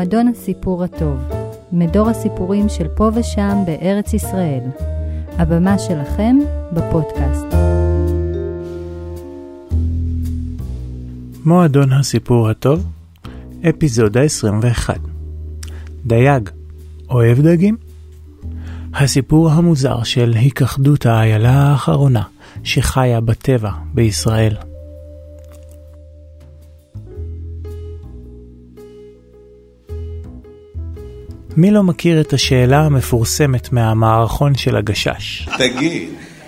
מועדון הסיפור הטוב, מדור הסיפורים של פה ושם בארץ ישראל. הבמה שלכם בפודקאסט. מועדון הסיפור הטוב, אפיזודה 21. דייג, אוהב דגים? הסיפור המוזר של היכחדות האיילה האחרונה שחיה בטבע בישראל. מי לא מכיר את השאלה המפורסמת מהמערכון של הגשש? תגיד,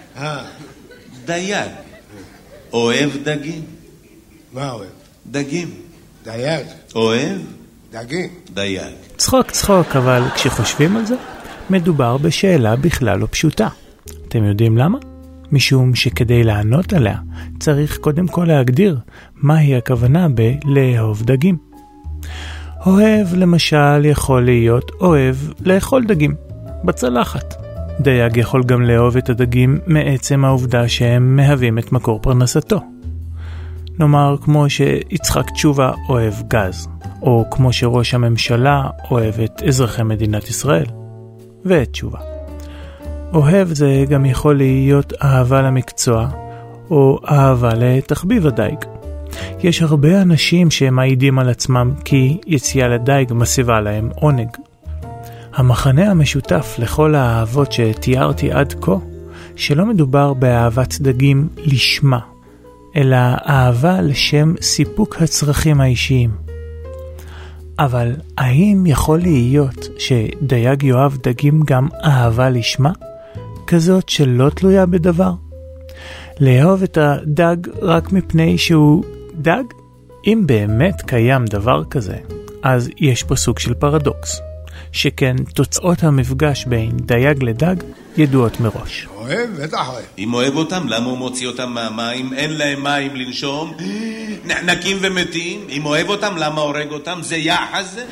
דייג, אוהב דגים? מה אוהב? דגים. דייג. אוהב? דגים. דייג. צחוק, אבל כשחושבים על זה, מדובר בשאלה בכלל לא פשוטה. אתם יודעים למה? משום שכדי לענות עליה, צריך קודם כל להגדיר מהי הכוונה בלאהוב דגים. אוהב למשל יכול להיות אוהב לאכול דגים בצלחת. דייג יכול גם לאהוב את הדגים מעצם העובדה שהם מהווים את מקור פרנסתו. נאמר כמו שיצחק תשובה אוהב גז, או כמו שראש הממשלה אוהב את אזרחי מדינת ישראל ואת תשובה. אוהב זה גם יכול להיות אהבה למקצוע או אהבה לתחביב הדייג. יש הרבה אנשים שמעידים על עצמם כי יציאה לדייג מסיבה להם עונג. המחנה המשותף לכל האהבות שתיארתי עד כה, שלא מדובר באהבת דגים לשמה, אלא אהבה לשם סיפוק הצרכים האישיים. אבל האם יכול להיות שדייג יאהב דגים גם אהבה לשמה, כזאת שלא תלויה בדבר? לאהוב את הדג רק מפני שהוא דג? אם באמת קיים דבר כזה, אז יש פה סוג של פרדוקס, שכן תוצאות המפגש בין דייג לדג ידועות מראש. אוהב? בטח אוהב. אם אוהב אותם, למה הוא מוציא אותם מהמים? אין להם מים לנשום, נחנקים ומתים. אם אוהב אותם, למה הורג אותם? זה יחס זה?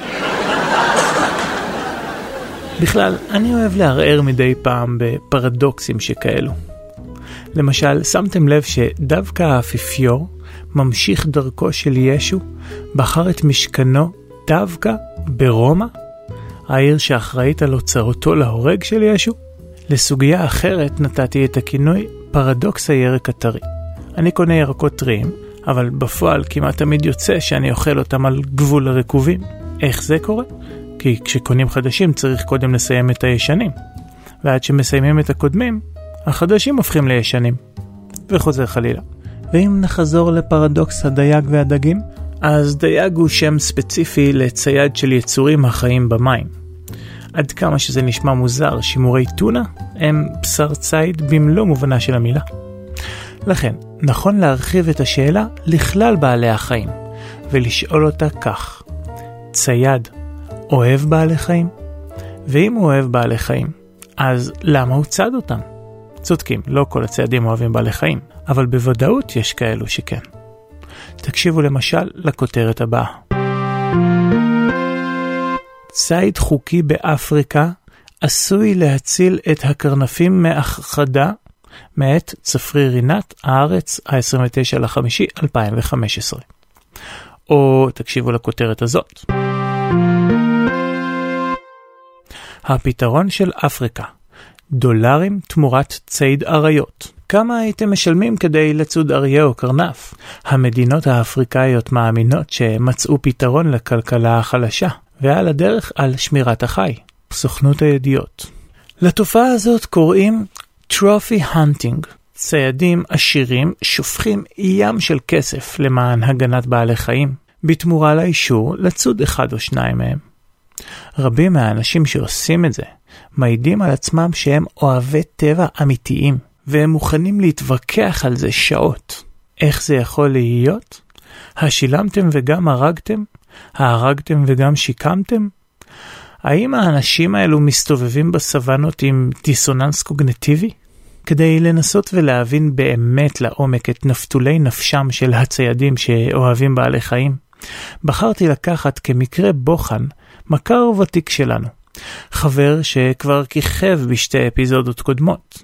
בכלל, אני אוהב לערער מדי פעם בפרדוקסים שכאלו. למשל, שמתם לב שדווקא האפיפיור, ממשיך דרכו של ישו, בחר את משכנו דווקא ברומא, העיר שאחראית על הוצאתו להורג של ישו? לסוגיה אחרת נתתי את הכינוי פרדוקס הירק הטרי. אני קונה ירקות טריים, אבל בפועל כמעט תמיד יוצא שאני אוכל אותם על גבול הרקובים. איך זה קורה? כי כשקונים חדשים צריך קודם לסיים את הישנים, ועד שמסיימים את הקודמים, החדשים הופכים לישנים, וחוזר חלילה. ואם נחזור לפרדוקס הדייג והדגים, אז דייג הוא שם ספציפי לצייד של יצורים החיים במים. עד כמה שזה נשמע מוזר, שימורי טונה הם בשר ציד במלוא מובנה של המילה. לכן, נכון להרחיב את השאלה לכלל בעלי החיים, ולשאול אותה כך: צייד אוהב בעלי חיים? ואם הוא אוהב בעלי חיים, אז למה הוא צד אותם? צודקים, לא כל הציידים אוהבים בעלי חיים, אבל בוודאות יש כאלו שכן. תקשיבו למשל לכותרת הבאה. ציד חוקי באפריקה עשוי להציל את הקרנפים מהכחדה, מאת צפריר רינת, הארץ, ה-29/5/2015. או תקשיבו לכותרת הזאת. הפתרון של אפריקה, דולרים תמורת ציד אריות. כמה הייתם משלמים כדי לצוד אריה או קרנף? המדינות האפריקאיות מאמינות שמצאו פתרון לכלכלה החלשה, ועל הדרך על שמירת החי. סוכנות הידיעות. לתופעה הזאת קוראים טרופי הנטינג. ציידים עשירים שופכים ים של כסף למען הגנת בעלי חיים, בתמורה לאישור לצוד אחד או שניים מהם. רבים מהאנשים שעושים את זה מעידים על עצמם שהם אוהבי טבע אמיתיים, והם מוכנים להתווכח על זה שעות. איך זה יכול להיות? השילמתם וגם הרגתם? ההרגתם וגם שיקמתם? האם האנשים האלו מסתובבים בסוונות עם דיסוננס קוגניטיבי? כדי לנסות ולהבין באמת לעומק את נפתולי נפשם של הציידים שאוהבים בעלי חיים, בחרתי לקחת כמקרה בוחן מכר ותיק שלנו, חבר שכבר כיכב בשתי אפיזודות קודמות,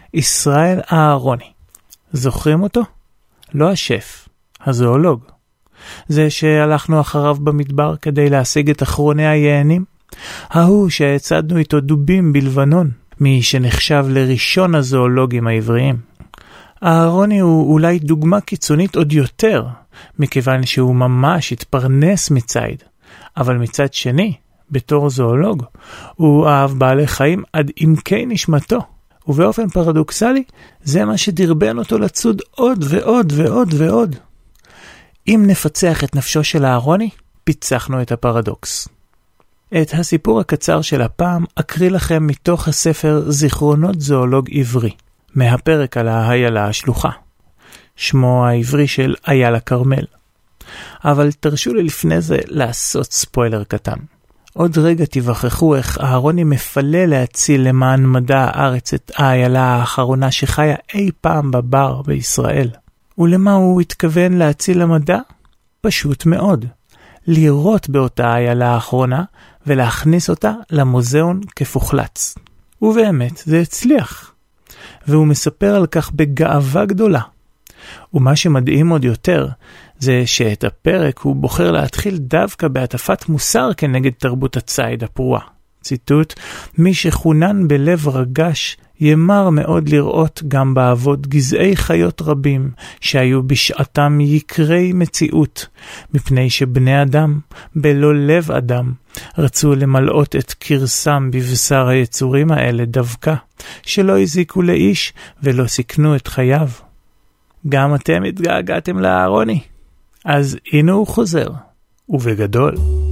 ישראל אהרוני. זוכרים אותו? לא השף, הזואולוג. זה שהלכנו אחריו במדבר כדי להשיג את אחרוני היענים? ההוא שהצדנו איתו דובים בלבנון, מי שנחשב לראשון הזואולוגים העבריים. אהרוני הוא אולי דוגמה קיצונית עוד יותר, מכיוון שהוא ממש התפרנס מצייד. אבל מצד שני, בתור זואולוג, הוא אהב בעלי חיים עד עמקי נשמתו. ובאופן פרדוקסלי, זה מה שדרבן אותו לצוד עוד ועוד ועוד ועוד. אם נפצח את נפשו של אהרוני, פיצחנו את הפרדוקס. את הסיפור הקצר של הפעם אקריא לכם מתוך הספר זיכרונות זואולוג עברי, מהפרק על האיילה השלוחה. שמו העברי של איילה כרמל. אבל תרשו לי לפני זה לעשות ספוילר קטן. עוד רגע תיווכחו איך אהרוני מפלה להציל למען מדע הארץ את האיילה האחרונה שחיה אי פעם בבר בישראל. ולמה הוא התכוון להציל למדע? פשוט מאוד. לראות באותה האיילה האחרונה ולהכניס אותה למוזיאון כפוחלץ. ובאמת זה הצליח. והוא מספר על כך בגאווה גדולה. ומה שמדהים עוד יותר, זה שאת הפרק הוא בוחר להתחיל דווקא בהטפת מוסר כנגד תרבות הציד הפרועה. ציטוט, מי שחונן בלב רגש, ימר מאוד לראות גם בעבוד גזעי חיות רבים, שהיו בשעתם יקרי מציאות, מפני שבני אדם, בלא לב אדם, רצו למלאות את קרסם בבשר היצורים האלה דווקא, שלא הזיקו לאיש ולא סיכנו את חייו. גם אתם התגעגעתם לאהרוני? אז הנה הוא חוזר, ובגדול.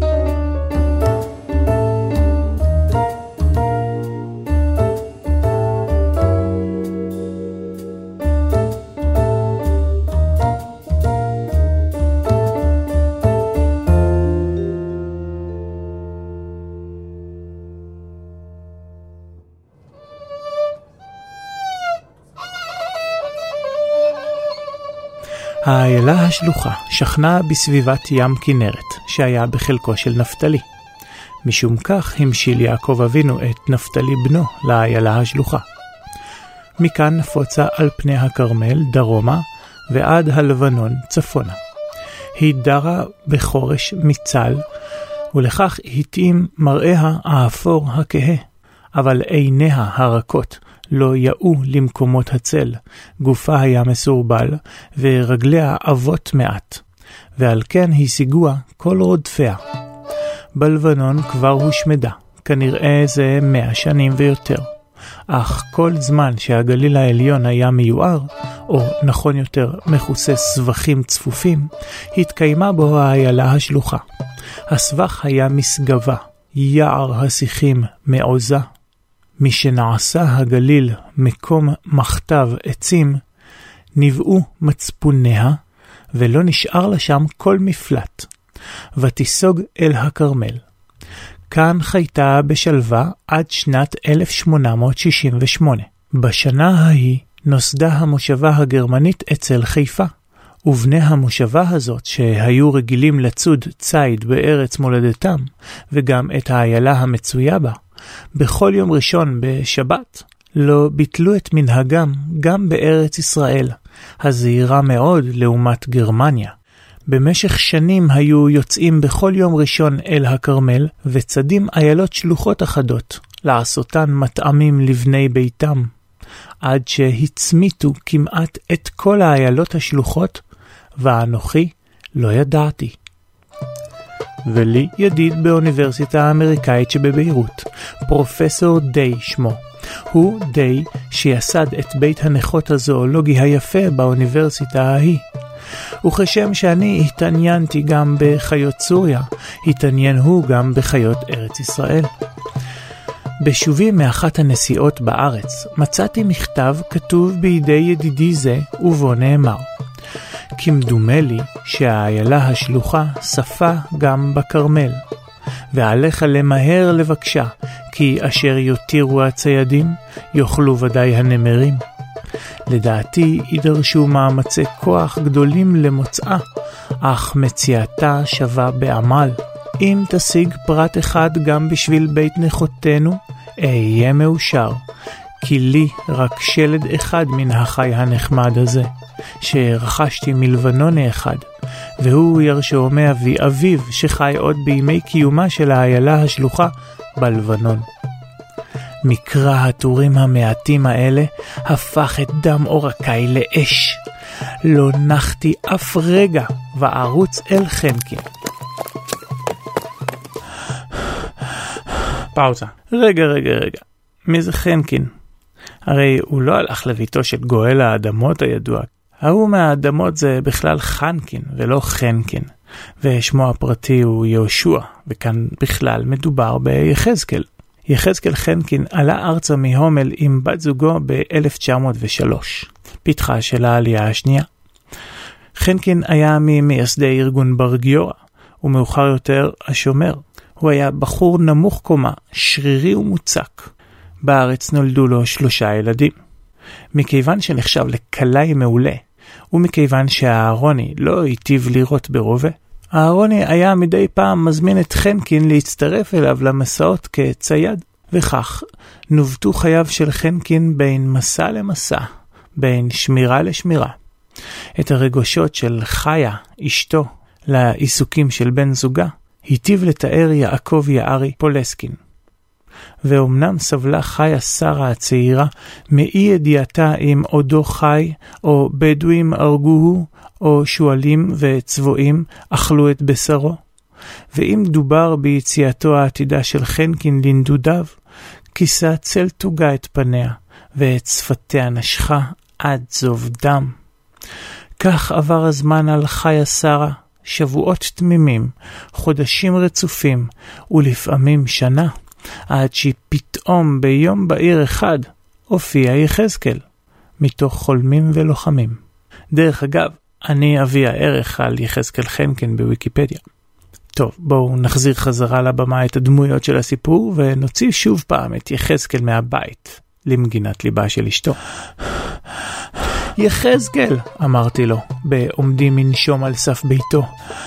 האיילה השלוחה שכנה בסביבת ים כנרת, שהיה בחלקו של נפתלי. משום כך המשיל יעקב אבינו את נפתלי בנו לאיילה השלוחה. מכאן נפוצה על פני הכרמל דרומה ועד הלבנון צפונה. היא דרה בחורש מצל, ולכך התאים מראיה האפור הכהה, אבל עיניה הרכות לא יאו למקומות הצל, גופה היה מסורבל, ורגליה אבות מעט, ועל כן השיגוה כל רודפיה. בלבנון כבר הושמדה, כנראה זה 100 שנים ויותר. אך כל זמן שהגליל העליון היה מיוער, או נכון יותר מכוסה סבכים צפופים, התקיימה בו האיילה השלוחה. הסבך היה מסגבה, יער השיחים מעוזה. משנעשה הגליל מקום מכתב עצים, נבעו מצפוניה, ולא נשאר לה שם כל מפלט. ותיסוג אל הכרמל. כאן חייתה בשלווה עד שנת 1868. בשנה ההיא נוסדה המושבה הגרמנית אצל חיפה, ובני המושבה הזאת שהיו רגילים לצוד ציד בארץ מולדתם, וגם את האיילה המצויה בה, בכל יום ראשון בשבת לא ביטלו את מנהגם גם בארץ ישראל, הזהירה מאוד לעומת גרמניה. במשך שנים היו יוצאים בכל יום ראשון אל הכרמל וצדים איילות שלוחות אחדות, לעשותן מטעמים לבני ביתם, עד שהצמיתו כמעט את כל האיילות השלוחות, ואנוכי לא ידעתי. ולי ידיד באוניברסיטה האמריקאית שבביירות, פרופסור די שמו. הוא די שיסד את בית הנכות הזואולוגי היפה באוניברסיטה ההיא. וכשם שאני התעניינתי גם בחיות סוריה, התעניין הוא גם בחיות ארץ ישראל. בשובי מאחת הנסיעות בארץ, מצאתי מכתב כתוב בידי ידידי זה, ובו נאמר: כמדומה לי שהאיילה השלוחה שפה גם בכרמל, ועליך למהר לבקשה, כי אשר יותירו הציידים, יאכלו ודאי הנמרים. לדעתי יידרשו מאמצי כוח גדולים למוצאה, אך מציאתה שווה בעמל. אם תשיג פרט אחד גם בשביל בית נכותנו, אהיה מאושר, כי לי רק שלד אחד מן החי הנחמד הזה, שרכשתי מלבנוני אחד, והוא ירשו מאבי אביו שחי עוד בימי קיומה של האיילה השלוחה בלבנון. מקרא הטורים המעטים האלה הפך את דם עורקיי לאש. לא נחתי אף רגע וערוץ אל חנקין. פאוזה. רגע. מי זה חנקין? הרי הוא לא הלך לביתו של גואל האדמות הידוע. ההוא מהאדמות זה בכלל חנקין ולא חנקין. ושמו הפרטי הוא יהושע, וכאן בכלל מדובר ביחזקאל. יחזקאל חנקין עלה ארצה מהומל עם בת זוגו ב-1903, פתחה של העלייה השנייה. חנקין היה ממייסדי ארגון בר גיורא, ומאוחר יותר השומר. הוא היה בחור נמוך קומה, שרירי ומוצק. בארץ נולדו לו 3 ילדים. מכיוון שנחשב לקלעי מעולה, ומכיוון שהאהרוני לא היטיב לראות ברובה, האהרוני היה מדי פעם מזמין את חנקין להצטרף אליו למסעות כצייד, וכך נובטו חייו של חנקין בין מסע למסע, בין שמירה לשמירה. את הרגשות של חיה, אשתו, לעיסוקים של בן זוגה, היטיב לתאר יעקב יערי פולסקין. ואומנם סבלה חיה שרה הצעירה מאי ידיעתה אם עודו חי, או בדואים הרגוהו, או שואלים וצבועים אכלו את בשרו. ואם דובר ביציאתו העתידה של חנקין לנדודיו, כיסה צל תוגה את פניה, ואת שפתיה נשכה עד זוב דם. כך עבר הזמן על חיה שרה, שבועות תמימים, חודשים רצופים, ולפעמים שנה, עד שפתאום ביום בהיר אחד הופיע יחזקאל, מתוך חולמים ולוחמים. דרך אגב, אני אביא הערך על יחזקאל חנקין בוויקיפדיה. טוב, בואו נחזיר חזרה לבמה את הדמויות של הסיפור, ונוציא שוב פעם את יחזקאל מהבית, למגינת ליבה של אשתו. יחזקאל, אמרתי לו, בעומדי מנשום על סף ביתו.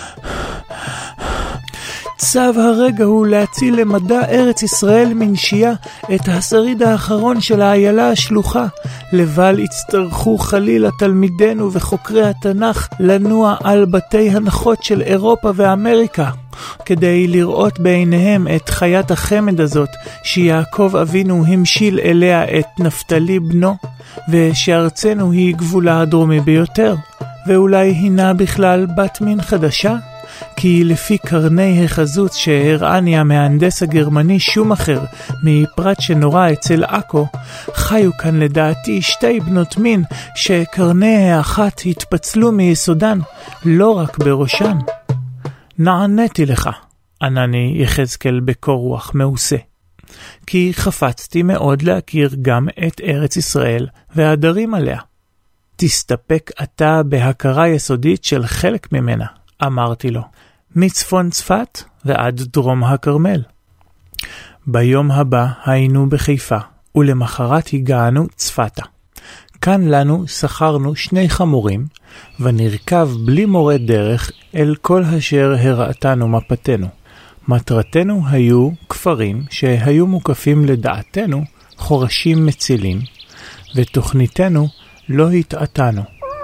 צו הרגע הוא להציל למדע ארץ ישראל מנשייה את השריד האחרון של האיילה השלוחה, לבל יצטרכו חלילה תלמידנו וחוקרי התנ"ך לנוע על בתי הנחות של אירופה ואמריקה, כדי לראות בעיניהם את חיית החמד הזאת שיעקב אבינו המשיל אליה את נפתלי בנו, ושארצנו היא גבולה הדרומי ביותר, ואולי הינה בכלל בת מין חדשה? כי לפי קרני החזות שהראני המהנדס הגרמני שומאחר מפרט שנורא אצל אקו, חיו כאן לדעתי 2 בנות מין שקרני האחת התפצלו מיסודן, לא רק בראשן. נעניתי לך, ענני יחזקאל בקור רוח מעושה, כי חפצתי מאוד להכיר גם את ארץ ישראל והדרים עליה. תסתפק אתה בהכרה יסודית של חלק ממנה, אמרתי לו, מצפון צפת ועד דרום הכרמל. ביום הבא היינו בחיפה, ולמחרת הגענו צפתה. כאן לנו שכרנו 2 חמורים, ונרכב בלי מורה דרך אל כל אשר הראתנו מפתנו. מטרתנו היו כפרים שהיו מוקפים לדעתנו חורשים מצילים, ותוכניתנו לא התעתנו.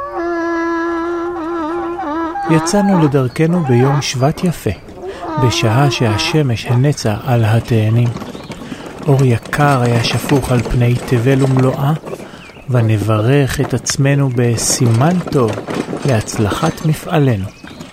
יצאנו לדרכנו ביום שבט יפה, בשעה שהשמש הנצה על התאנים. אור יקר היה שפוך על פני תבל ומלואה, ונברך את עצמנו בסימן טוב להצלחת מפעלנו.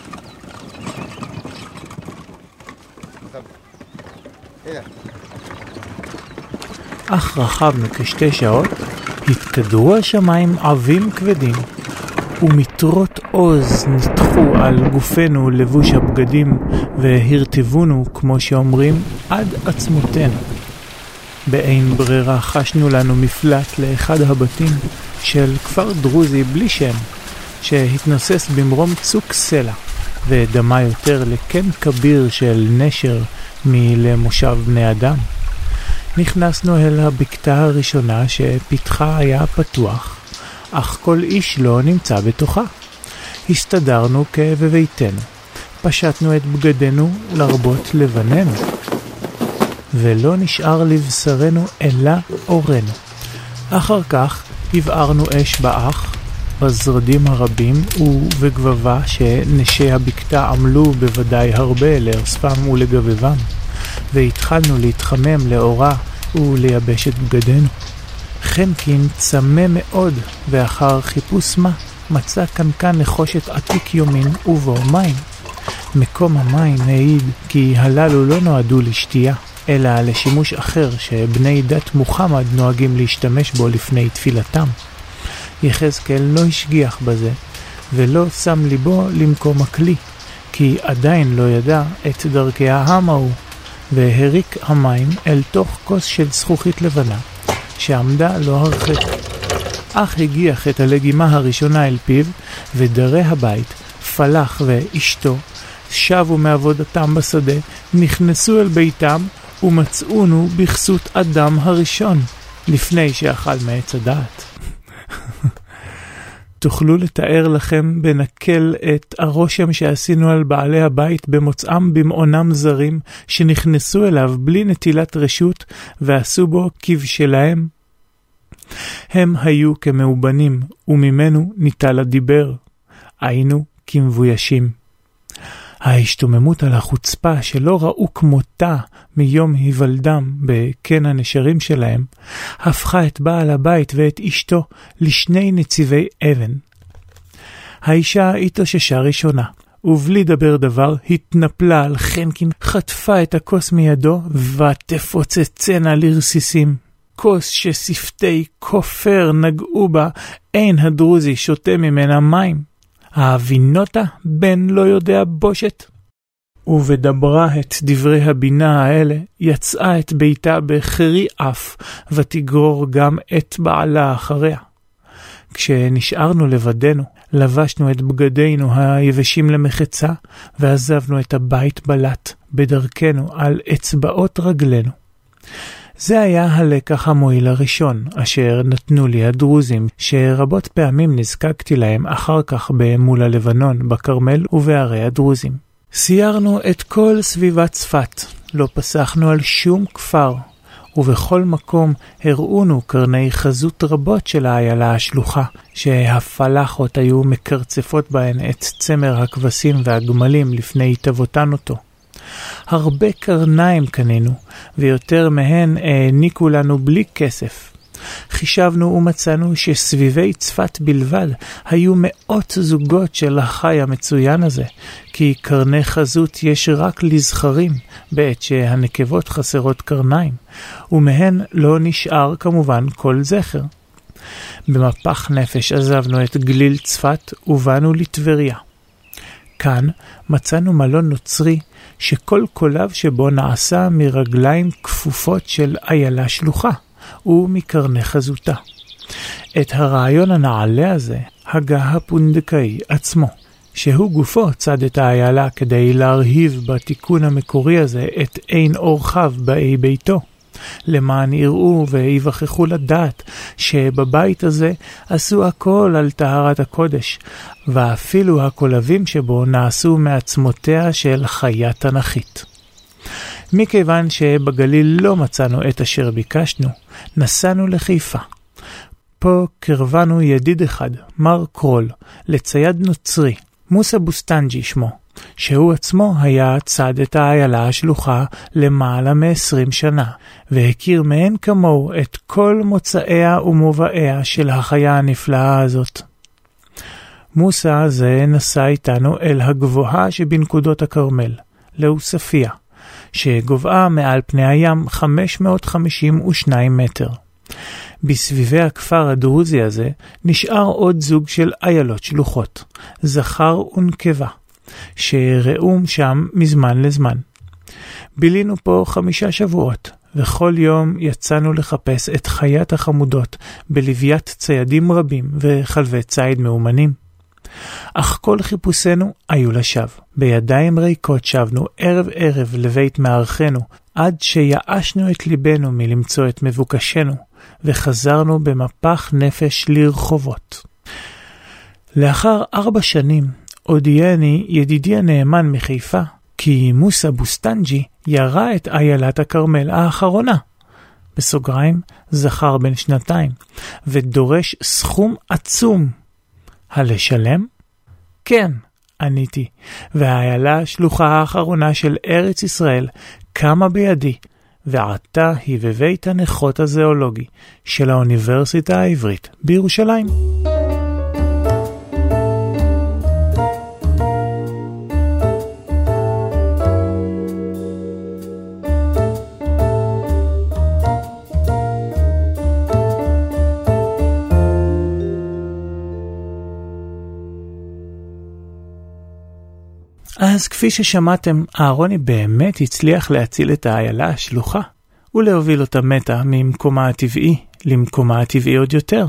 אך רכבנו כ2 שעות, התקדרו השמיים עבים כבדים, ומטרות עוז נתחו על גופנו לבוש הבגדים, והרטיבונו, כמו שאומרים, עד עצמותינו. באין ברירה חשנו לנו מפלט לאחד הבתים של כפר דרוזי בלי שם, שהתנוסס במרום צוק סלע, ודמה יותר לקן כביר של נשר מלמושב בני אדם. נכנסנו אל הבקתה הראשונה שפתחה היה פתוח, אך כל איש לא נמצא בתוכה. הסתדרנו כבביתנו, פשטנו את בגדנו לרבות לבננו, ולא נשאר לבשרנו אלא אורנו. אחר כך הבערנו אש באח, בזרדים הרבים ובגבבה שנשי הבקתה עמלו בוודאי הרבה לארספם ולגבבם, והתחלנו להתחמם לאורה ולייבש את בגדנו. חנקין צמא מאוד, ואחר חיפוש מה מצא קנקן נחושת עתיק יומין ובו מים. מקום המים העיד כי הללו לא נועדו לשתייה, אלא לשימוש אחר שבני דת מוחמד נוהגים להשתמש בו לפני תפילתם. יחזקאל לא השגיח בזה, ולא שם ליבו למקום הכלי, כי עדיין לא ידע את דרכי העם ההוא, והריק המים אל תוך כוס של זכוכית לבנה, שעמדה לא הרחק. אך הגיח את הלגימה הראשונה אל פיו, ודרי הבית, פלח ואשתו, שבו מעבודתם בשדה, נכנסו אל ביתם, ומצאונו בכסות אדם הראשון, לפני שאכל מעץ הדעת. תוכלו לתאר לכם בנקל את הרושם שעשינו על בעלי הבית במוצאם במעונם זרים שנכנסו אליו בלי נטילת רשות ועשו בו כבשלהם. הם היו כמאובנים וממנו ניטל הדיבר. היינו כמבוישים. ההשתוממות על החוצפה שלא ראו כמותה מיום היוולדם בקן הנשרים שלהם, הפכה את בעל הבית ואת אשתו לשני נציבי אבן. האישה התאוששה ראשונה, ובלי דבר דבר התנפלה על חנקין, חטפה את הכוס מידו ותפוצצנה לרסיסים. כוס ששפתי כופר נגעו בה, אין הדרוזי שותה ממנה מים. האבינותה בן לא יודע בושת. ובדברה את דברי הבינה האלה, יצאה את ביתה בחרי אף, ותגרור גם את בעלה אחריה. כשנשארנו לבדנו, לבשנו את בגדינו היבשים למחצה, ועזבנו את הבית בלט בדרכנו על אצבעות רגלינו. זה היה הלקח המועיל הראשון, אשר נתנו לי הדרוזים, שרבות פעמים נזקקתי להם אחר כך במול הלבנון, בקרמל ובערי הדרוזים. סיירנו את כל סביבת צפת, לא פסחנו על שום כפר, ובכל מקום הראונו קרני חזות רבות של האיילה השלוחה, שהפלחות היו מקרצפות בהן את צמר הכבשים והגמלים לפני התאבותן אותו. הרבה קרניים קנינו, ויותר מהן העניקו לנו בלי כסף. חישבנו ומצאנו שסביבי צפת בלבד היו מאות זוגות של החי המצוין הזה, כי קרני חזות יש רק לזכרים, בעת שהנקבות חסרות קרניים, ומהן לא נשאר כמובן כל זכר. במפח נפש עזבנו את גליל צפת ובאנו לטבריה. כאן מצאנו מלון נוצרי שכל קולב שבו נעשה מרגליים כפופות של איילה שלוחה ומקרני חזותה. את הרעיון הנעלה הזה הגה הפונדקאי עצמו, שהוא גופו צד את האיילה כדי להרהיב בתיקון המקורי הזה את עין אורחיו באי ביתו, למען יראו ויווכחו לדעת שבבית הזה עשו הכל על טהרת הקודש, ואפילו הקולבים שבו נעשו מעצמותיה של חיה תנכית. מכיוון שבגליל לא מצאנו את אשר ביקשנו, נסענו לחיפה. פה קרבנו ידיד אחד, מר קרול, לצייד נוצרי, מוסא בוסטנג'י שמו, שהוא עצמו היה צד את האיילה השלוחה למעלה מ-20 שנה, והכיר מעין כמוהו את כל מוצאיה ומובאיה של החיה הנפלאה הזאת. מוסא זה נסע איתנו אל הגבוהה שבנקודות הכרמל, לאוספיה, שגובעה מעל פני הים 552 מטר. בסביבי הכפר הדרוזי הזה נשאר עוד זוג של איילות שלוחות, זכר ונקבה, שראום שם מזמן לזמן. בילינו פה 5 שבועות, וכל יום יצאנו לחפש את חיית החמודות בלוויית ציידים רבים וחלבי צייד מאומנים. אך כל חיפושנו היו לשווא. בידיים ריקות שבנו ערב ערב לבית מערכנו, עד שיעשנו את ליבנו מלמצוא את מבוקשנו, וחזרנו במפח נפש לרחובות. לאחר 4 שנים, הודיעני ידידי הנאמן מחיפה, כי מוסא בוסטנג'י ירה את איילת הכרמל האחרונה. בסוגריים זכר בן 2, ודורש סכום עצום. הלשלם? כן, עניתי, והאיילה השלוחה האחרונה של ארץ ישראל קמה בידי, ועתה היא בבית הנכות הזואולוגי של האוניברסיטה העברית בירושלים. אז כפי ששמעתם, אהרוני באמת הצליח להציל את האיילה השלוחה, ולהוביל אותה מתה ממקומה הטבעי למקומה הטבעי עוד יותר.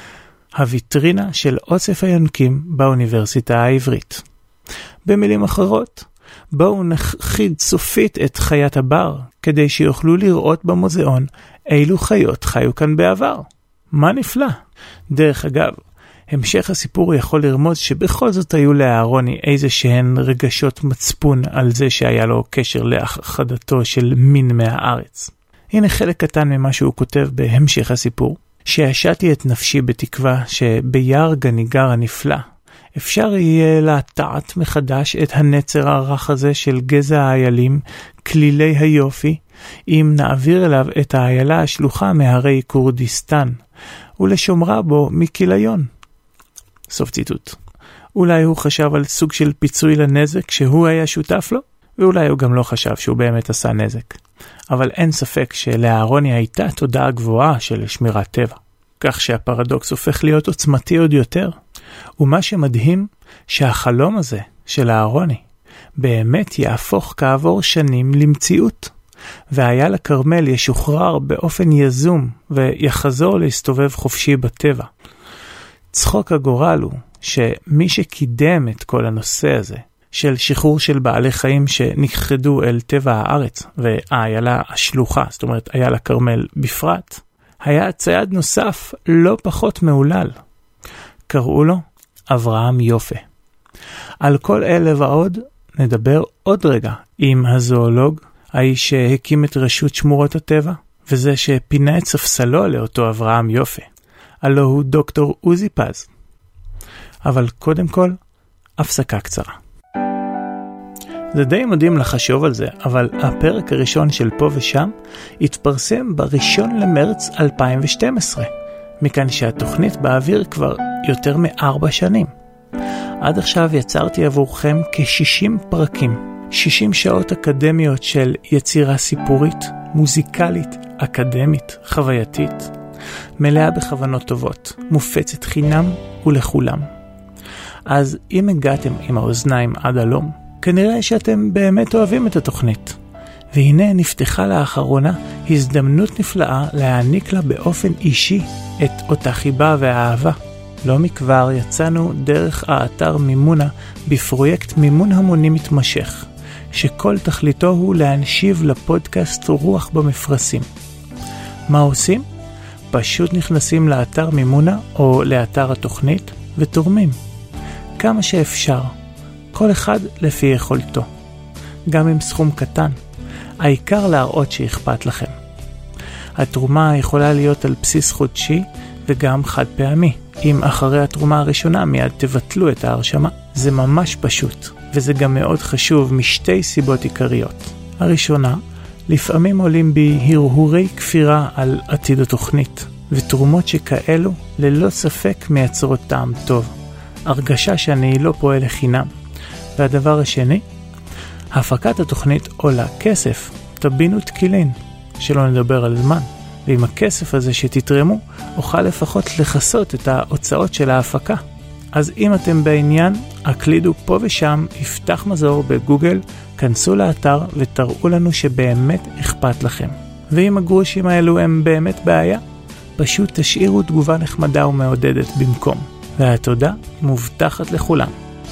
הוויטרינה של אוסף היונקים באוניברסיטה העברית. במילים אחרות, בואו נכחיד סופית את חיית הבר, כדי שיוכלו לראות במוזיאון אילו חיות חיו כאן בעבר. מה נפלא! דרך אגב, המשך הסיפור יכול לרמוז שבכל זאת היו לאהרוני איזה שהן רגשות מצפון על זה שהיה לו קשר להכחדתו של מין מהארץ. הנה חלק קטן ממה שהוא כותב בהמשך הסיפור, שהשעתי את נפשי בתקווה שביער גניגר הנפלא אפשר יהיה לטעת מחדש את הנצר הרך הזה של גזע האיילים, כלילי היופי, אם נעביר אליו את האיילה השלוחה מהרי כורדיסטן, ולשומרה בו מכיליון. סוף ציטוט. אולי הוא חשב על סוג של פיצוי לנזק שהוא היה שותף לו, ואולי הוא גם לא חשב שהוא באמת עשה נזק. אבל אין ספק שלאהרוני הייתה תודעה גבוהה של שמירת טבע, כך שהפרדוקס הופך להיות עוצמתי עוד יותר. ומה שמדהים, שהחלום הזה של אהרוני באמת יהפוך כעבור שנים למציאות, והאייל הכרמל ישוחרר באופן יזום ויחזור להסתובב חופשי בטבע. צחוק הגורל הוא שמי שקידם את כל הנושא הזה של שחרור של בעלי חיים שנכחדו אל טבע הארץ והאיילה השלוחה, זאת אומרת אייל הכרמל בפרט, היה צייד נוסף לא פחות מעולל. קראו לו אברהם יופה. על כל אלה ועוד נדבר עוד רגע עם הזואולוג, האיש שהקים את רשות שמורות הטבע, וזה שפינה את ספסלו לאותו אברהם יופה. הלא הוא דוקטור עוזי פז. אבל קודם כל, הפסקה קצרה. זה די מדהים לחשוב על זה, אבל הפרק הראשון של פה ושם התפרסם ב1 למרץ 2012, מכאן שהתוכנית באוויר כבר יותר מ4 שנים. עד עכשיו יצרתי עבורכם כ60 פרקים, 60 שעות אקדמיות של יצירה סיפורית, מוזיקלית, אקדמית, חווייתית, מלאה בכוונות טובות, מופצת חינם ולכולם. אז אם הגעתם עם האוזניים עד הלום, כנראה שאתם באמת אוהבים את התוכנית. והנה נפתחה לאחרונה הזדמנות נפלאה להעניק לה באופן אישי את אותה חיבה והאהבה. לא מכבר יצאנו דרך האתר מימונה בפרויקט מימון המוני מתמשך, שכל תכליתו הוא להנשיב לפודקאסט רוח במפרשים. מה עושים? פשוט נכנסים לאתר מימונה או לאתר התוכנית ותורמים. כמה שאפשר. כל אחד לפי יכולתו. גם עם סכום קטן. העיקר להראות שאכפת לכם. התרומה יכולה להיות על בסיס חודשי וגם חד פעמי. אם אחרי התרומה הראשונה מיד תבטלו את ההרשמה. זה ממש פשוט. וזה גם מאוד חשוב משתי סיבות עיקריות. הראשונה, לפעמים עולים בי הרהורי כפירה על עתיד התוכנית. ותרומות שכאלו ללא ספק מייצרות טעם טוב. הרגשה שאני לא פועל לחינם. והדבר השני, הפקת התוכנית עולה כסף, תבינו תקילין, שלא נדבר על זמן, ועם הכסף הזה שתתרמו, אוכל לפחות לחסות את ההוצאות של ההפקה. אז אם אתם בעניין, הקלידו פה ושם, יפתח מזור בגוגל, כנסו לאתר ותראו לנו שבאמת אכפת לכם. ואם הגרושים האלו הם באמת בעיה, פשוט תשאירו תגובה נחמדה ומעודדת במקום. והתודה מובטחת לכולם.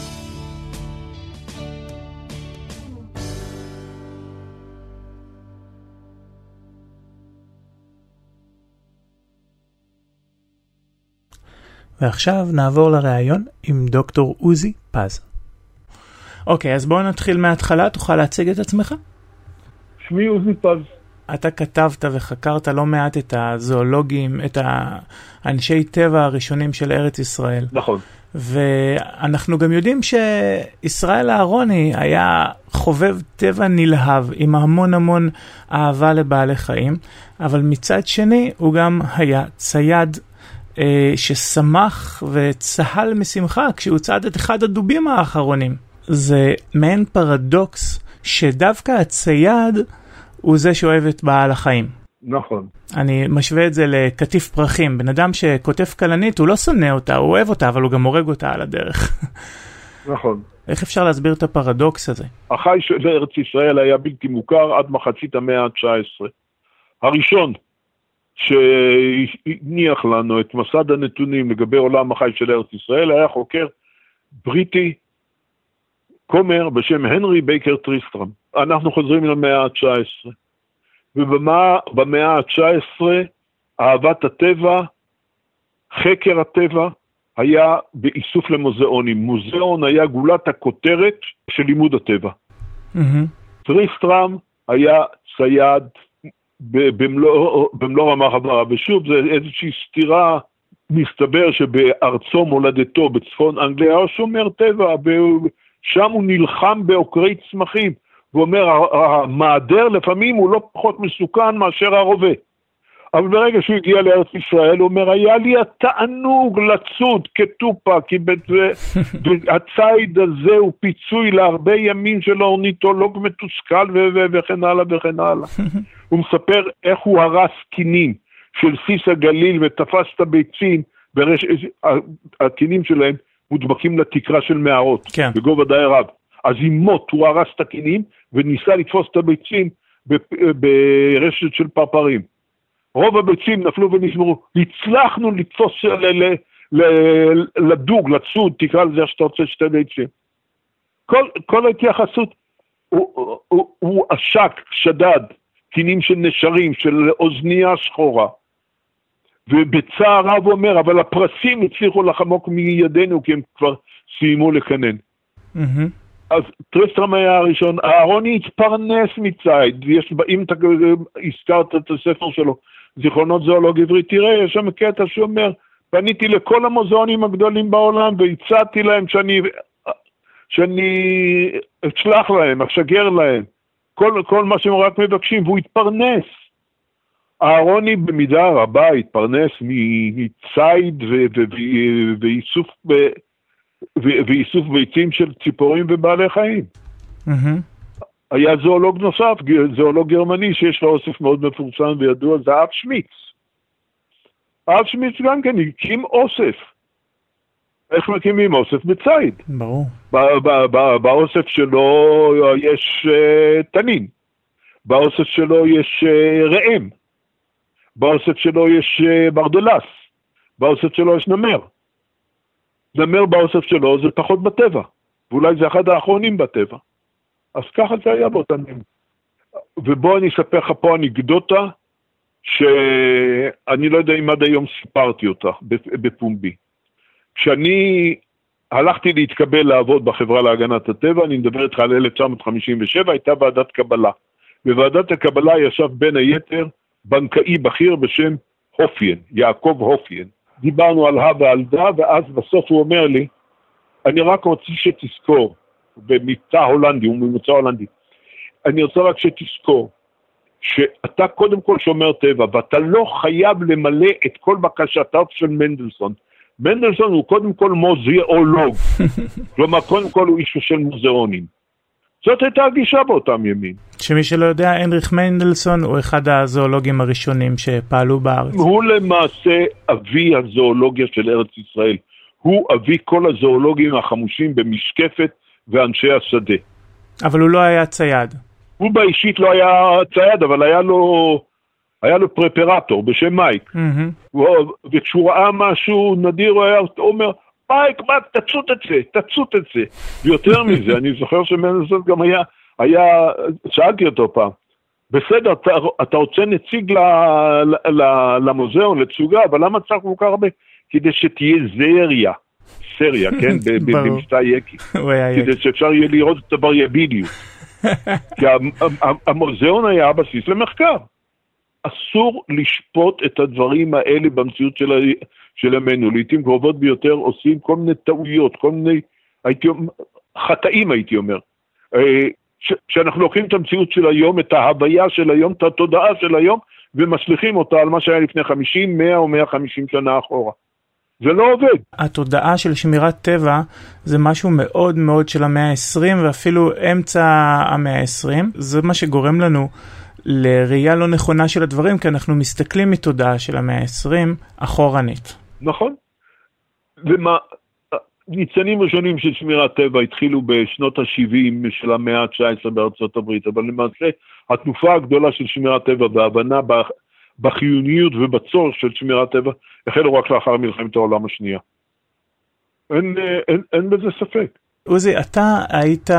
ועכשיו נעבור לראיון עם דוקטור עוזי פז. אוקיי, אז בואו נתחיל מההתחלה, תוכל להציג את עצמך? שמי עוזי פז, אתה כתבת וחקרת לא מעט את הזואולוגים, את האנשי טבע הראשונים של ארץ ישראל. נכון. ואנחנו גם יודעים שישראל אהרוני היה חובב טבע נלהב, עם המון אהבה לבעלי חיים, אבל מצד שני הוא גם היה צייד ששמח וצהל משמחה כשהוא צעד את אחד הדובים האחרונים. זה מעין פרדוקס שדווקא הצייד הוא זה שאוהב את בעל החיים. נכון. אני משווה את זה לכתיף פרחים. בן אדם שכותף כלנית, הוא לא שונא אותה, הוא אוהב אותה, אבל הוא גם הורג אותה על הדרך. נכון. איך אפשר להסביר את הפרדוקס הזה? החי של ארץ ישראל היה בלתי מוכר עד מחצית המאה ה-19. הראשון שהניח לנו את מסד הנתונים לגבי עולם החי של ארץ ישראל היה חוקר בריטי, כומר בשם הנרי בייקר טריסטרם. אנחנו חוזרים למאה ה-19. ובמאה ה-19 אהבת הטבע, חקר הטבע, היה באיסוף למוזיאונים. מוזיאון היה גולת הכותרת של לימוד הטבע. טריסטרם היה צייד במלוא רמ"ח איבריו, ושוב זה איזושהי סתירה. מסתבר שבארצו מולדתו בצפון אנגליה הוא שומר טבע, שם הוא נלחם בעוקרי צמחים. הוא אומר, המעדר לפעמים הוא לא פחות מסוכן מאשר הרובה. אבל ברגע שהוא הגיע לארץ ישראל, הוא אומר, היה לי התענוג לצוד כטופה, כי הצייד הזה הוא פיצוי להרבה ימים של אורניתולוג מתוסכל וכן הלאה וכן הלאה. הוא מספר איך הוא הרס קינים של סיס הגליל ותפס את הביצים, והקינים שלהם מודבקים לתקרה של מערות, כן. בגובה די רב. אז עם מוט הוא הרס את הקינים וניסה לתפוס את הביצים ברשת של פרפרים. רוב הביצים נפלו ונשמרו. הצלחנו לתפוס לדוג, לצוד, תקרא לזה שאתה רוצה שתי ביצים. כל ההתייחסות הוא עשק, שדד, קינים של נשרים, של אוזנייה שחורה. ובצער רב הוא אומר, אבל הפרסים הצליחו לחמוק מידינו כי הם כבר סיימו לקנן. אז טריסטרם היה הראשון. אהרוני התפרנס מצייד. אם אתה הזכרת את הספר שלו, זיכרונות זואולוגיה עברית, תראה, יש שם קטע שאומר, פניתי לכל המוזיאונים הגדולים בעולם והצעתי להם שאני אצלח להם, אשגר להם. כל מה שהם רק מבקשים, והוא התפרנס. אהרוני במידה רבה התפרנס מצייד ואיסוף ביצים של ציפורים ובעלי חיים. היה זואולוג נוסף, זואולוג גרמני שיש לו אוסף מאוד מפורסם וידוע, זה אב שמיץ. אב שמיץ גם כן הקים אוסף. איך מקימים אוסף? בצייד. ברור. באוסף שלו יש תנין. באוסף שלו יש רעם. באוסף שלו יש ברדלס. באוסף שלו יש נמר. נמר באוסף שלו זה פחות בטבע. ואולי זה אחד האחרונים בטבע. אז ככה זה היה באותם ימים. ובוא אני אספר לך פה אנקדוטה, שאני לא יודע אם עד היום סיפרתי אותה בפומבי. כשאני הלכתי להתקבל לעבוד בחברה להגנת הטבע, אני מדבר איתך על 1957, הייתה ועדת קבלה. בוועדת הקבלה ישב בין היתר בנקאי בכיר בשם הופיין, יעקב הופיין. דיברנו על ועל דה, ואז בסוף הוא אומר לי, אני רק רוצה שתזכור, במבצע הולנדי, הוא ממוצע הולנדי, אני רוצה רק שתזכור, שאתה קודם כל שומר טבע, ואתה לא חייב למלא את כל בקשתיו של מנדלסון. מנדלסון הוא קודם כל מוזיאולוג, כלומר קודם כל הוא איש של מוזיאונים. זאת הייתה הגישה באותם ימים. שמי שלא יודע, הנריך מנדלסון הוא אחד הזואולוגים הראשונים שפעלו בארץ. הוא למעשה אבי הזואולוגיה של ארץ ישראל. הוא אבי כל הזואולוגים החמושים במשקפת ואנשי השדה. אבל הוא לא היה צייד. הוא באישית לא היה צייד, אבל היה לו פרפרטור בשם מייק. וכשהוא ראה משהו נדיר, הוא היה אומר, מייק, תצות את זה. ויותר מזה, אני זוכר שמנדלסון גם היה, שאלתי אותו פעם, בסדר, אתה רוצה נציג למוזיאון, לתסוגה, אבל למה צריך כל כך הרבה? כדי שתהיה סריה, כן? במבצע יקי. כדי שאפשר יהיה לראות את הווריאביליות. כי המוזיאון היה הבסיס למחקר. אסור לשפוט את הדברים האלה במציאות של ימינו. לעתים קרובות ביותר עושים כל מיני טעויות, כל מיני חטאים הייתי אומר. שאנחנו לוקחים את המציאות של היום, את ההוויה של היום, את התודעה של היום, ומשליכים אותה על מה שהיה לפני 50, 100 או 150 שנה אחורה. זה לא עובד. התודעה של שמירת טבע זה משהו מאוד מאוד של המאה ה-20 ואפילו אמצע המאה ה-20. זה מה שגורם לנו לראייה לא נכונה של הדברים, כי אנחנו מסתכלים מתודעה של המאה ה-20 אחורנית. נכון. ניצנים ראשונים של שמירת טבע התחילו בשנות ה-70 של המאה ה-19 בארצות הברית, אבל למעשה התנופה הגדולה של שמירת טבע וההבנה בחיוניות ובצורך של שמירת טבע החלו רק לאחר מלחמת העולם השנייה. אין בזה ספק. עוזי, אתה היית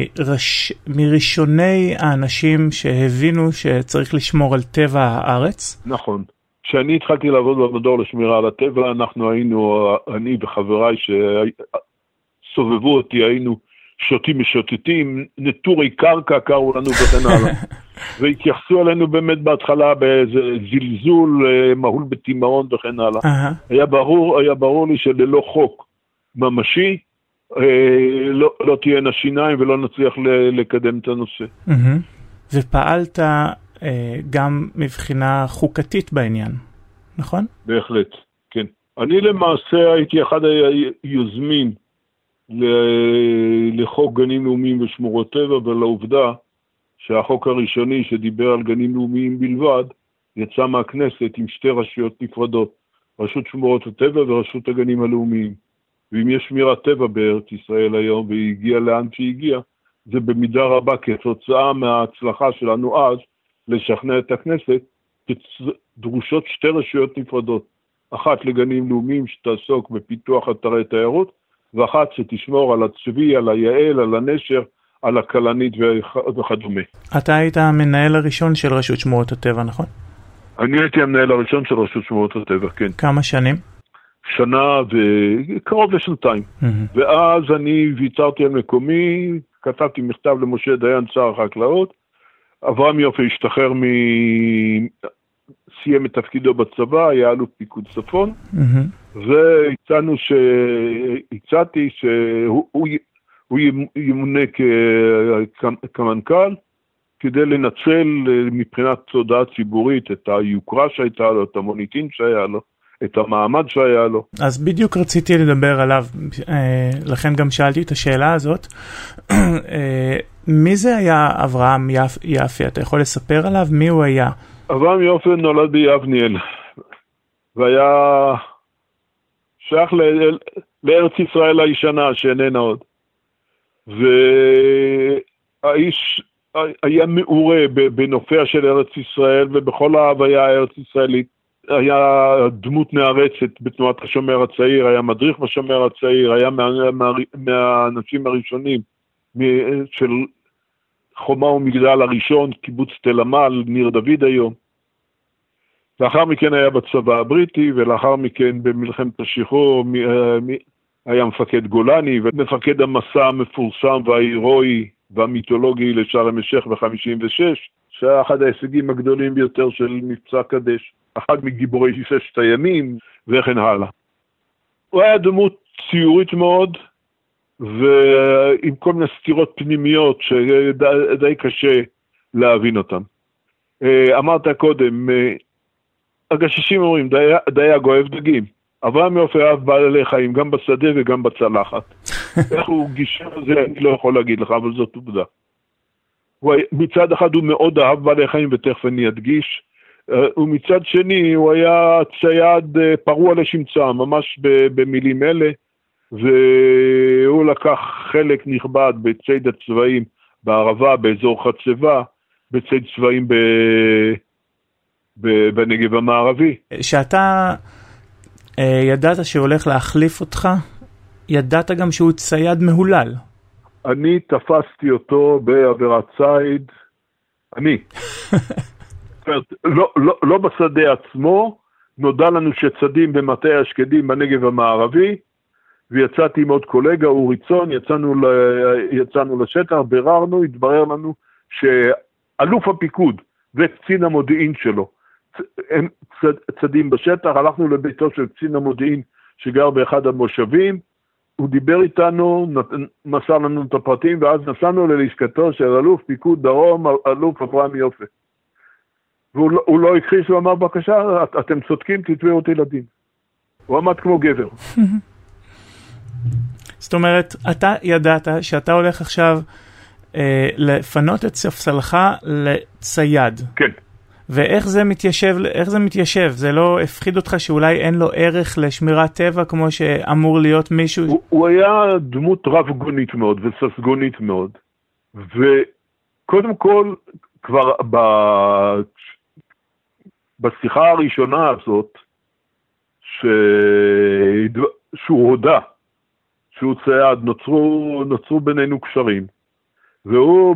מראשוני האנשים שהבינו שצריך לשמור על טבע הארץ? נכון. כשאני התחלתי לעבוד במדור לשמירה על הטבע, אנחנו היינו, אני וחבריי שסובבו אותי, היינו שוטים משוטטים, נטורי קרקע קראו לנו וכן הלאה. והתייחסו עלינו באמת בהתחלה באיזה זלזול, מהול בתימהון וכן הלאה. היה ברור לי שללא חוק ממשי, לא תהיינה שיניים ולא נצליח לקדם את הנושא. ופעלת גם מבחינה חוקתית בעניין, נכון? בהחלט, כן. אני למעשה הייתי אחד היוזמים לחוק גנים לאומיים ושמורות טבע, ולעובדה שהחוק הראשוני שדיבר על גנים לאומיים בלבד, יצא מהכנסת עם שתי רשויות נפרדות, רשות שמורות הטבע ורשות הגנים הלאומיים. ואם יש שמירת טבע בארץ ישראל היום, והיא הגיעה לאן שהיא הגיעה, זה במידה רבה כתוצאה מההצלחה שלנו אז, לשכנע את הכנסת, דרושות שתי רשויות נפרדות. אחת לגנים לאומיים שתעסוק בפיתוח אתרי תיירות, ואחת שתשמור על הצבי, על היעל, על הנשר, על הכלנית וכדומה. אתה היית המנהל הראשון של רשות שמורות הטבע, נכון? אני הייתי המנהל הראשון של רשות שמורות הטבע, כן. כמה שנים? שנה וקרוב לשנתיים. ואז אני ויתרתי על מקומי, כתבתי מכתב למשה דיין שר החקלאות, אברהם יופי השתחרר סיים את תפקידו בצבא, היה אלוף פיקוד צפון, והצעתי שהוא ימונה כמנכ"ל, כדי לנצל מבחינת תודעה ציבורית את היוקרה שהייתה לו, את המוניטין שהיה לו, את המעמד שהיה לו. אז בדיוק רציתי לדבר עליו, לכן גם שאלתי את השאלה הזאת. מי זה היה אברהם יפי? אתה יכול לספר עליו? מי הוא היה? אברהם יפי נולד ביבניאל, והיה שייך לארץ ישראל הישנה שאיננה עוד. והאיש היה מעורה בנופיה של ארץ ישראל ובכל ההוויה הארץ ישראלית. היה דמות נערצת בתנועת השומר הצעיר, היה מדריך בשומר הצעיר, היה מהאנשים הראשונים של חומה ומגדל הראשון, קיבוץ תל עמל, ניר דוד היום. לאחר מכן היה בצבא הבריטי, ולאחר מכן במלחמת השחרור היה מפקד גולני, ומפקד המסע המפורסם וההירואי והמיתולוגי לשארם א-שייח ב-56, שהיה אחד ההישגים הגדולים ביותר של מבצע קדש. אחד מגיבורי ששת הימים, וכן הלאה. הוא היה דמות ציורית מאוד, ועם כל מיני סתירות פנימיות שדי קשה להבין אותן. אמרת קודם, הגששים אומרים, דייג אוהב דגים. אברהם יופי אהב בעלי חיים, גם בשדה וגם בצלחת. איך הוא גישר לזה, אני לא יכול להגיד לך, אבל זאת עובדה. מצד אחד הוא מאוד אהב בעלי חיים, ותכף אני אדגיש, ומצד שני הוא היה צייד פרוע לשמצה, ממש במילים אלה, והוא לקח חלק נכבד בצייד הצבעים בערבה, באזור חצבה, בצייד צבעים בנגב המערבי. שאתה ידעת שהולך להחליף אותך, ידעת גם שהוא צייד מהולל. אני תפסתי אותו בעבירת צייד, לא בשדה עצמו, נודע לנו שצדים במטה השקדים בנגב המערבי, ויצאתי עם עוד קולגה, אורי צאן, יצאנו לשטח, ביררנו, התברר לנו שאלוף הפיקוד וקצין המודיעין שלו, הם צדים בשטח, הלכנו לביתו של קצין המודיעין שגר באחד המושבים, הוא דיבר איתנו, מסר לנו את הפרטים, ואז נסענו ללשכתו של אלוף פיקוד דרום, אלוף אברהם יופה. והוא לא הכחיש, הוא אמר, בבקשה, אתם צודקים, תתבעו אותי לדין. הוא עמד כמו גבר. זאת אומרת, אתה ידעת שאתה הולך עכשיו לפנות את ספסלך לצייד. כן. ואיך זה מתיישב? זה לא הפחיד אותך שאולי אין לו ערך לשמירת טבע כמו שאמור להיות מישהו? הוא היה דמות רב-גונית מאוד וססגונית מאוד. וקודם כל, כבר בשיחה הראשונה הזאת, שהוא הודע, שהוא צייד, נוצרו בינינו קשרים. והוא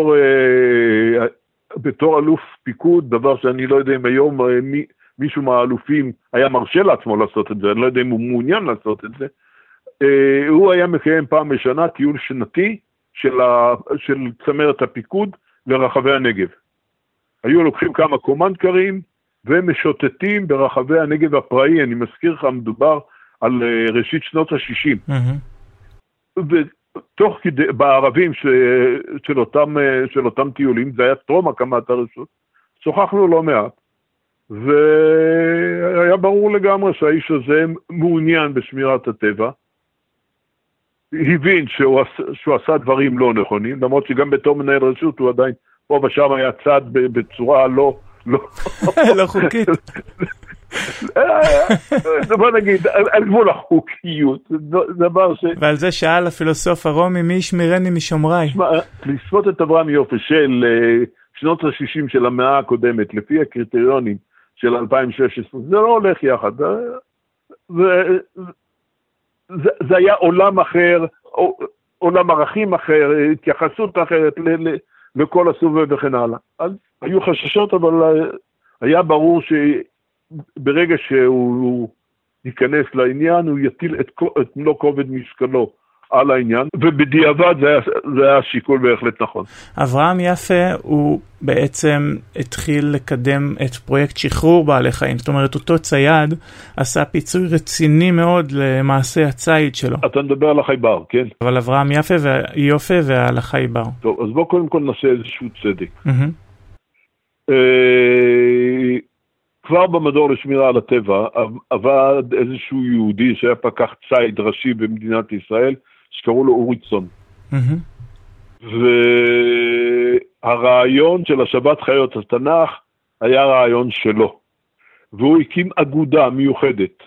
בתור אלוף פיקוד, דבר שאני לא יודע אם היום מישהו מהאלופים היה מרשה לעצמו לעשות את זה, אני לא יודע אם הוא מעוניין לעשות את זה, הוא היה מקיים פעם בשנה טיול שנתי של צמרת הפיקוד לרחבי הנגב. היו לוקחים כמה קומנדקרים ומשוטטים ברחבי הנגב הפראי, אני מזכיר לך, מדובר על ראשית שנות ה-60. ותוך כדי, בערבים של אותם טיולים, זה היה טרום הקמת הרשות, שוחחנו לא מעט, והיה ברור לגמרי שהאיש הזה מעוניין בשמירת הטבע, הבין שהוא עשה דברים לא נכונים, למרות שגם בתור מנהל רשות הוא עדיין פה ושם היה צד בצורה לא חוקית. בוא נגיד, על גבול החוקיות, דבר ש... ועל זה שאל הפילוסוף הרומי, מי ישמירני משומרי? לשפוט את אברהם יופה של שנות ה-60 של המאה הקודמת, לפי הקריטריונים של 2016, זה לא הולך יחד. זה היה עולם אחר, עולם ערכים אחר, התייחסות אחרת לכל הסובב וכן הלאה. אז היו חששות, אבל היה ברור שברגע שהוא ייכנס לעניין, הוא יטיל את מלוא כובד משקלו על העניין, ובדיעבד זה היה שיקול בהחלט נכון. אברהם יפה הוא בעצם התחיל לקדם את פרויקט שחרור בעלי חיים, זאת אומרת אותו צייד עשה פיצוי רציני מאוד למעשה הציד שלו. אתה מדבר על החייבר, כן? אבל אברהם יפה ועל החייבר. טוב, אז בוא קודם כל נעשה איזשהו צדק. כבר במדור לשמירה על הטבע עבד איזשהו יהודי שהיה פקח ציד ראשי במדינת ישראל, שקראו לו אורי צאן. והרעיון של השבת חיות התנ"ך היה רעיון שלו. והוא הקים אגודה מיוחדת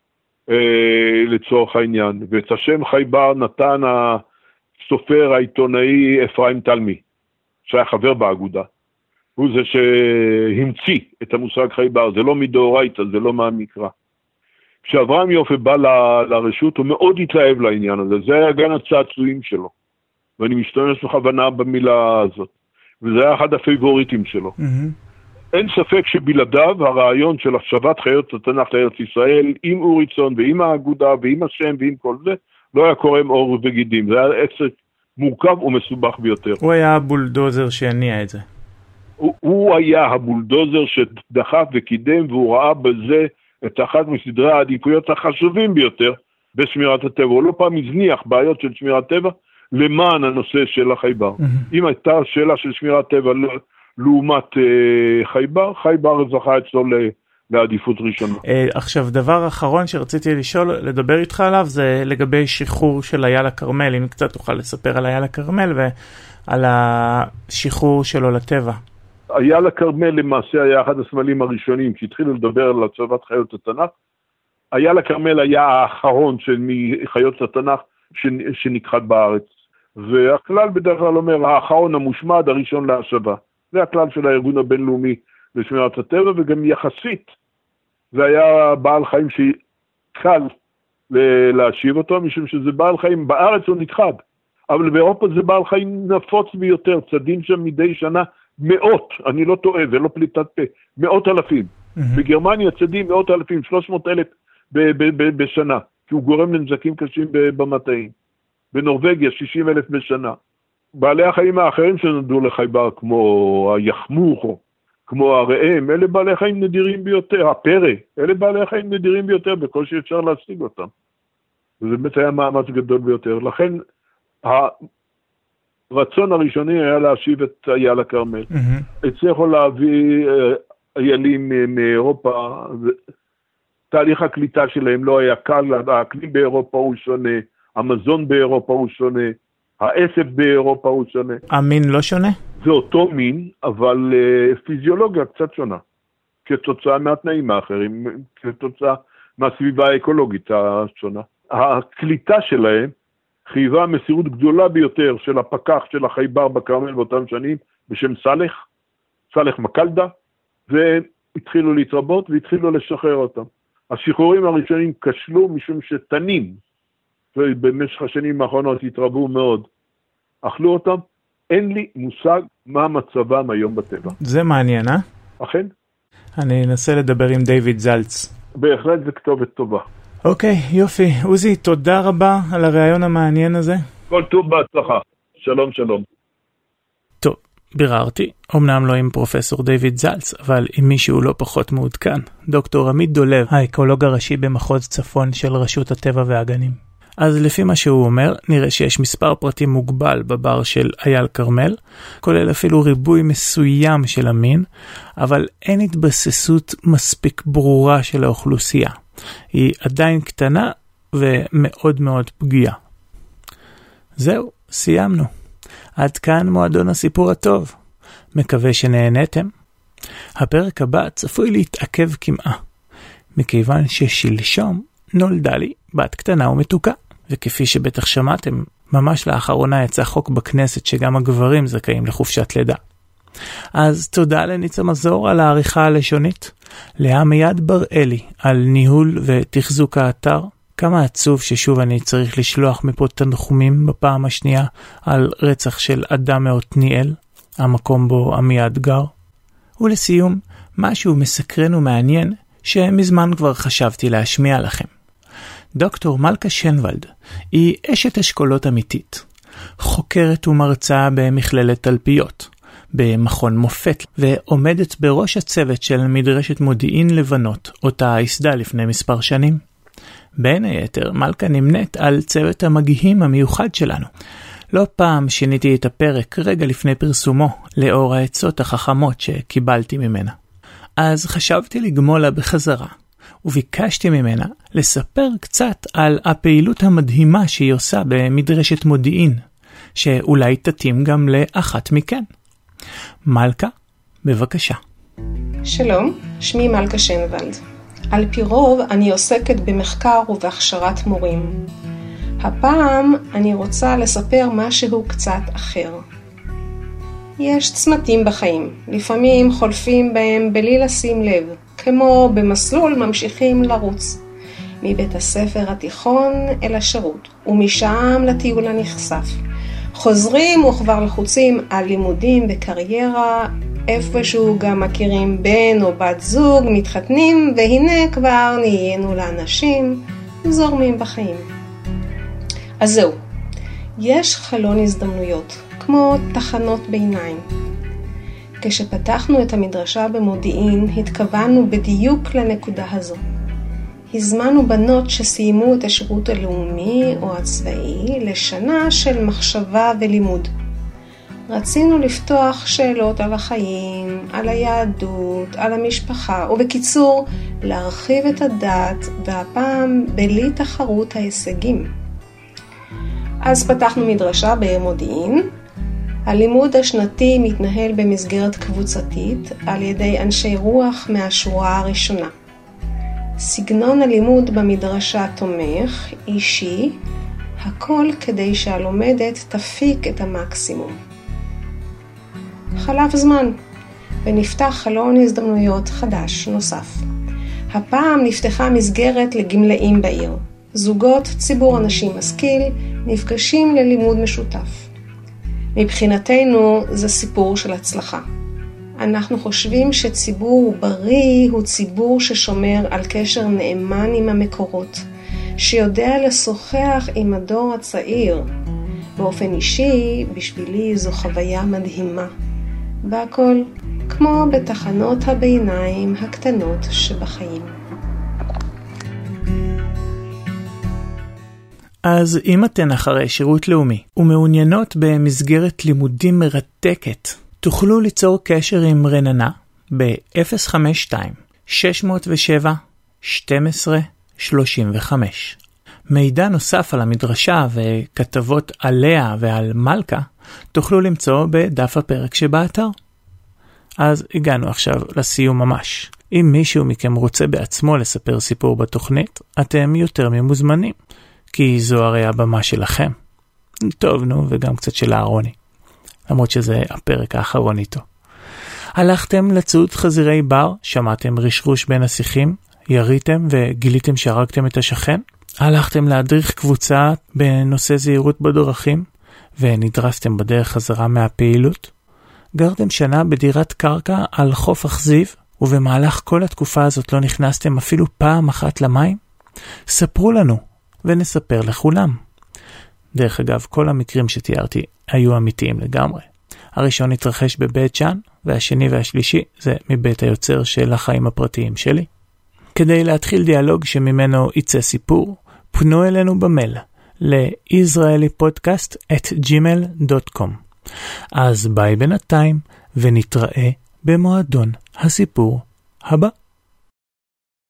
לצורך העניין. ואת השם חייבר נתן הסופר העיתונאי אפרים תלמי, שהיה חבר באגודה. הוא זה שהמציא את המושג חייבר, זה לא מדאורייתא, זה לא מהמקרא. כשאברהם יופה בא לרשות, הוא מאוד התלהב לעניין הזה, זה היה גן הצעצועים שלו, ואני משתמש בכוונה במילה הזאת, וזה היה אחד הפייבוריטים שלו. אין ספק שבלעדיו הרעיון של השבת חיות התנ"ך לארץ ישראל, עם אורי צאן ועם האגודה ועם השם ועם כל זה, לא היה קורם עור וגידים, זה היה עסק מורכב ומסובך ביותר. הוא היה הבולדוזר שהניע את זה. הוא היה הבולדוזר שדחף וקידם, והוא ראה בזה את אחת מסדרי העדיפויות החשובים ביותר בשמירת הטבע. הוא לא פעם הזניח בעיות של שמירת טבע למען הנושא של החייבר. אם הייתה שאלה של שמירת טבע לעומת חייבר זכה אצלו לעדיפות ראשונה. עכשיו, דבר אחרון שרציתי לדבר איתך עליו, זה לגבי שחרור של אייל הכרמל. אם קצת תוכל לספר על אייל הכרמל ועל השחרור שלו לטבע. אייל הכרמל למעשה היה אחד הסמלים הראשונים, כשהתחילו לדבר על הצבת חיות התנ"ך. אייל הכרמל היה האחרון מחיות התנ"ך שנכחד בארץ. והכלל בדרך כלל אומר, האחרון המושמד, הראשון להשבה. זה הכלל של הארגון הבינלאומי לשמירת הטבע, וגם יחסית זה היה בעל חיים שקל להשיב אותו, משום שזה בעל חיים, בארץ הוא נכחד, אבל באירופה זה בעל חיים נפוץ ביותר, צדים שם מדי שנה מאות, אני לא טועה, זה לא פליטת פה, מאות אלפים. בגרמניה צדים מאות אלפים, 300,000 בשנה, כי הוא גורם לנזקים קשים במטעים. בנורווגיה 60,000 בשנה. בעלי החיים האחרים שנדעו לחייבר, כמו היחמוך, כמו הראם, אלה בעלי חיים נדירים ביותר, הפרא, אלה בעלי חיים נדירים ביותר, בקושי אפשר להשיג אותם. וזה באמת היה מאמץ גדול ביותר. לכן הרצון הראשוני היה להשיב את אייל הכרמל. הצליחו להביא איילים מאירופה, תהליך הקליטה שלהם לא היה קל, האקלים באירופה הוא שונה, המזון באירופה הוא שונה, העשב באירופה הוא שונה. המין לא שונה? זה אותו מין, אבל פיזיולוגיה קצת שונה. כתוצאה מהתנאים האחרים, כתוצאה מהסביבה האקולוגית השונה. הקליטה שלהם חייבה מסירות גדולה ביותר של הפקח של החייבר בכרמל באותם שנים, בשם סלח מקלדה, והתחילו להתרבות והתחילו לשחרר אותם. השחרורים הראשונים כשלו משום שתנים, ובמשך השנים האחרונות התרבו מאוד, אכלו אותם. אין לי מושג מה מצבם היום בטבע. זה מעניין, אה? אכן. אני אנסה לדבר עם דיוויד זלץ. בהחלט זה כתובת טובה. אוקיי, יופי. עוזי, תודה רבה על הרעיון המעניין הזה. כל טוב בהצלחה. שלום, שלום. טוב, ביררתי, אמנם לא עם פרופסור דיוויד זלץ, אבל עם מישהו לא פחות מעודכן. דוקטור עמית דולב, האקולוג הראשי במחוז צפון של רשות הטבע והגנים. אז לפי מה שהוא אומר, נראה שיש מספר פרטים מוגבל בבר של אייל כרמל, כולל אפילו ריבוי מסוים של המין, אבל אין התבססות מספיק ברורה של האוכלוסייה. היא עדיין קטנה ומאוד מאוד פגיעה. זהו, סיימנו. עד כאן מועדון הסיפור הטוב. מקווה שנהנתם. הפרק הבא צפוי להתעכב כמעט, מכיוון ששלשום נולדה לי בת קטנה ומתוקה. וכפי שבטח שמעתם, ממש לאחרונה יצא חוק בכנסת שגם הגברים זכאים לחופשת לידה. אז תודה לניצה מזור על העריכה הלשונית, לעמיעד בראלי על ניהול ותחזוק האתר. כמה עצוב ששוב אני צריך לשלוח מפה תנחומים בפעם השנייה על רצח של אדם מעתניאל, המקום בו עמיעד גר. ולסיום, משהו מסקרן ומעניין שמזמן כבר חשבתי להשמיע לכם. דוקטור מלכה שנוולד היא אשת אשכולות אמיתית, חוקרת ומרצה במכללת תלפיות, במכון מופת, ועומדת בראש הצוות של מדרשת מודיעין לבנות, אותה הסדה לפני מספר שנים. בין היתר, מלכה נמנית על צוות המגיהים המיוחד שלנו. לא פעם שיניתי את הפרק רגע לפני פרסומו, לאור העצות החכמות שקיבלתי ממנה. אז חשבתי לגמול לה בחזרה, וביקשתי ממנה לספר קצת על הפעילות המדהימה שהיא עושה במדרשת מודיעין, שאולי תתאים גם לאחת מכן. מלכה, בבקשה. שלום, שמי מלכה שנוולד. על פי רוב אני עוסקת במחקר ובהכשרת מורים. הפעם אני רוצה לספר משהו קצת אחר. יש צמתים בחיים, לפעמים חולפים בהם בלי לשים לב, כמו במסלול ממשיכים לרוץ, מבית הספר התיכון אל השירות, ומשם לטיול הנכסף. חוזרים וכבר לחוצים על לימודים וקריירה, איפשהו גם מכירים בן או בת זוג, מתחתנים, והנה כבר נהיינו לאנשים, זורמים בחיים. אז זהו, יש חלון הזדמנויות, כמו תחנות ביניים. כשפתחנו את המדרשה במודיעין, התכוונו בדיוק לנקודה הזו. הזמנו בנות שסיימו את השירות הלאומי או הצבאי לשנה של מחשבה ולימוד. רצינו לפתוח שאלות על החיים, על היהדות, על המשפחה, ובקיצור, להרחיב את הדעת, והפעם בלי תחרות ההישגים. אז פתחנו מדרשה במודיעין. הלימוד השנתי מתנהל במסגרת קבוצתית על ידי אנשי רוח מהשורה הראשונה. סגנון הלימוד במדרשה תומך, אישי, הכל כדי שהלומדת תפיק את המקסימום. חלף זמן, ונפתח חלון הזדמנויות חדש נוסף. הפעם נפתחה מסגרת לגמלאים בעיר. זוגות, ציבור אנשים משכיל, נפגשים ללימוד משותף. מבחינתנו זה סיפור של הצלחה. אנחנו חושבים שציבור בריא הוא ציבור ששומר על קשר נאמן עם המקורות, שיודע לשוחח עם הדור הצעיר. באופן אישי, בשבילי זו חוויה מדהימה. והכל כמו בתחנות הביניים הקטנות שבחיים. אז אם אתן אחרי שירות לאומי ומעוניינות במסגרת לימודים מרתקת, תוכלו ליצור קשר עם רננה ב-052-607-1235. מידע נוסף על המדרשה וכתבות עליה ועל מלכה תוכלו למצוא בדף הפרק שבאתר. אז הגענו עכשיו לסיום ממש. אם מישהו מכם רוצה בעצמו לספר סיפור בתוכנית, אתם יותר ממוזמנים, כי זו הרי הבמה שלכם. טוב, נו, וגם קצת של אהרוני. למרות שזה הפרק האחרון איתו. הלכתם לצוד חזירי בר, שמעתם רשרוש בין השיחים, יריתם וגיליתם שהרגתם את השכן? הלכתם להדריך קבוצה בנושא זהירות בדרכים, ונדרסתם בדרך חזרה מהפעילות? גרתם שנה בדירת קרקע על חוף אכזיב, ובמהלך כל התקופה הזאת לא נכנסתם אפילו פעם אחת למים? ספרו לנו, ונספר לכולם. דרך אגב, כל המקרים שתיארתי היו אמיתיים לגמרי. הראשון התרחש בבית שאן, והשני והשלישי זה מבית היוצר של החיים הפרטיים שלי. כדי להתחיל דיאלוג שממנו יצא סיפור, פנו אלינו במייל ל-israelipodcast@gmail.com. אז ביי בינתיים, ונתראה במועדון הסיפור הבא.